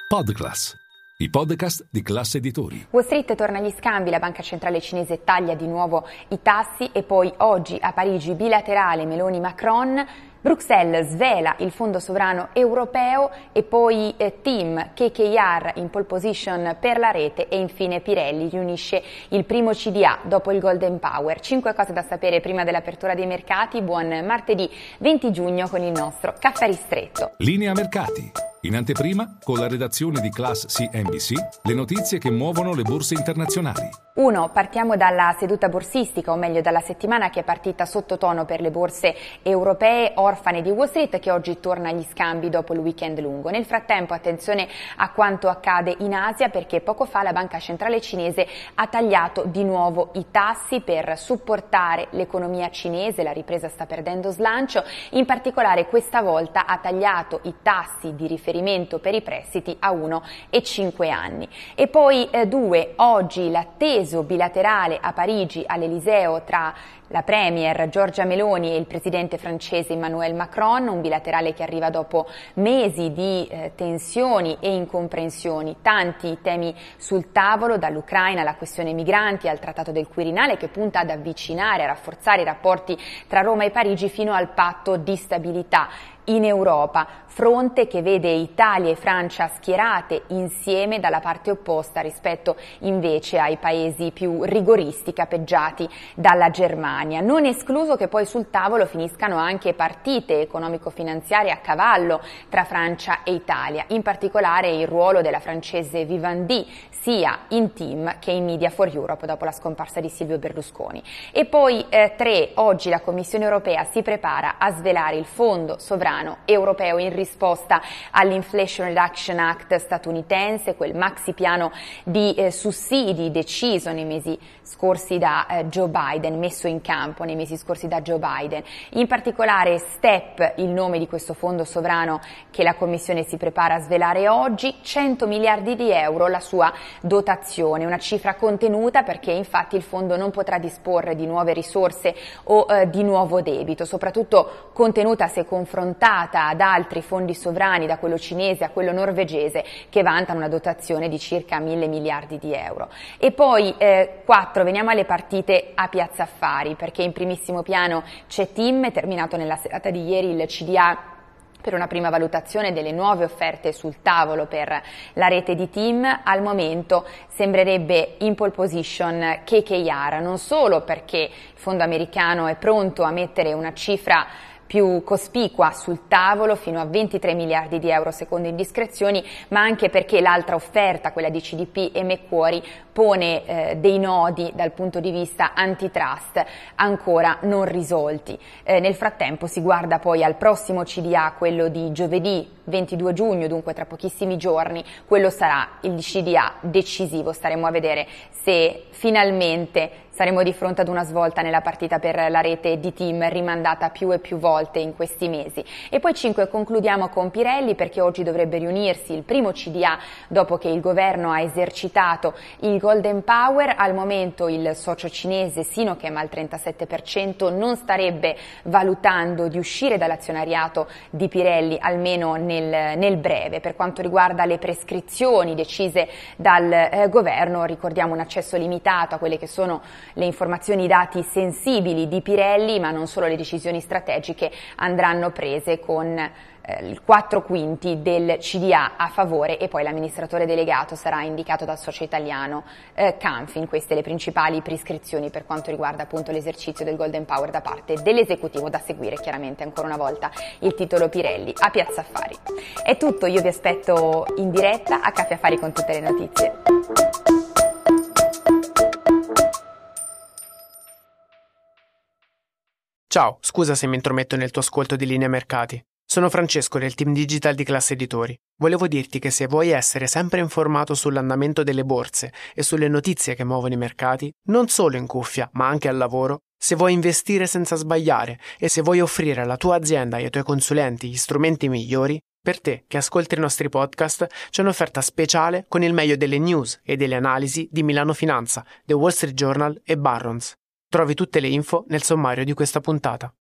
Podclass, i podcast di Class Editori. Wall Street torna agli scambi, la banca centrale cinese taglia di nuovo i tassi e poi oggi a Parigi bilaterale Meloni-Macron. Bruxelles svela il fondo sovrano europeo e poi TIM, KKR in pole position per la rete e infine Pirelli riunisce il primo CDA dopo il Golden Power. 5 cose da sapere prima dell'apertura dei mercati. Buon martedì 20 giugno con il nostro caffè ristretto. Linea mercati. In anteprima, con la redazione di Class CNBC, le notizie che muovono le borse internazionali. 1. Partiamo dalla seduta borsistica, o meglio dalla settimana che è partita sottotono per le borse europee orfane di Wall Street, che oggi torna agli scambi dopo il weekend lungo. Nel frattempo attenzione a quanto accade in Asia, perché poco fa la banca centrale cinese ha tagliato di nuovo i tassi per supportare l'economia cinese. La ripresa sta perdendo slancio, in particolare questa volta ha tagliato i tassi di riferimento per i prestiti a 1 e 5 anni. E poi 2. Oggi l'atteso bilaterale a Parigi all'Eliseo tra la premier Giorgia Meloni e il presidente francese Emmanuel Macron, un bilaterale che arriva dopo mesi di tensioni e incomprensioni, tanti temi sul tavolo, dall'Ucraina alla questione migranti al trattato del Quirinale, che punta ad avvicinare, a rafforzare i rapporti tra Roma e Parigi fino al patto di stabilità in Europa, fronte che vede Italia e Francia schierate insieme dalla parte opposta rispetto invece ai paesi più rigoristi capeggiati dalla Germania. Non escluso che poi sul tavolo finiscano anche partite economico-finanziarie a cavallo tra Francia e Italia, in particolare il ruolo della francese Vivendi sia in TIM che in Media for Europe dopo la scomparsa di Silvio Berlusconi. E poi 3. Oggi la Commissione europea si prepara a svelare il fondo sovrano europeo in risposta all'Inflation Reduction Act statunitense, quel maxi piano di sussidi deciso nei mesi scorsi da Joe Biden, messo in campo nei mesi scorsi da Joe Biden. In particolare STEP, il nome di questo fondo sovrano che la Commissione si prepara a svelare oggi, 100 miliardi di euro la sua dotazione, una cifra contenuta perché infatti il fondo non potrà disporre di nuove risorse o di nuovo debito, soprattutto contenuta se confrontata ad altri fondi sovrani, da quello cinese a quello norvegese, che vantano una dotazione di circa 1.000 miliardi di euro. E poi 4, veniamo alle partite a Piazza Affari, perché in primissimo piano c'è TIM, è terminato nella serata di ieri il CDA per una prima valutazione delle nuove offerte sul tavolo per la rete di TIM. Al momento sembrerebbe in pole position KKR, non solo perché il fondo americano è pronto a mettere una cifra più cospicua sul tavolo, fino a 23 miliardi di euro secondo indiscrezioni, ma anche perché l'altra offerta, quella di CDP e Macquarie, pone dei nodi dal punto di vista antitrust ancora non risolti. Nel frattempo si guarda poi al prossimo CDA, quello di giovedì 22 giugno, dunque tra pochissimi giorni. Quello sarà il CDA decisivo, staremo a vedere se finalmente saremo di fronte ad una svolta nella partita per la rete di TIM, rimandata più e più volte in questi mesi. E poi 5, concludiamo con Pirelli, perché oggi dovrebbe riunirsi il primo CDA dopo che il governo ha esercitato il Golden Power. Al momento il socio cinese Sinochem al 37% non starebbe valutando di uscire dall'azionariato di Pirelli, almeno nel breve. Per quanto riguarda le prescrizioni decise dal governo, ricordiamo un accesso limitato a quelle che sono le informazioni, i dati sensibili di Pirelli, ma non solo, le decisioni strategiche andranno prese con il 4/5 del CDA a favore, e poi l'amministratore delegato sarà indicato dal socio italiano Canfin. Queste le principali prescrizioni per quanto riguarda appunto l'esercizio del Golden Power da parte dell'esecutivo, da seguire chiaramente ancora una volta il titolo Pirelli a Piazza Affari. È tutto, io vi aspetto in diretta a Caffè Affari con tutte le notizie. Ciao, scusa se mi intrometto nel tuo ascolto di Linea Mercati. Sono Francesco del team digital di Class Editori. Volevo dirti che se vuoi essere sempre informato sull'andamento delle borse e sulle notizie che muovono i mercati, non solo in cuffia, ma anche al lavoro, se vuoi investire senza sbagliare e se vuoi offrire alla tua azienda e ai tuoi consulenti gli strumenti migliori, per te che ascolti i nostri podcast c'è un'offerta speciale con il meglio delle news e delle analisi di Milano Finanza, The Wall Street Journal e Barron's. Trovi tutte le info nel sommario di questa puntata.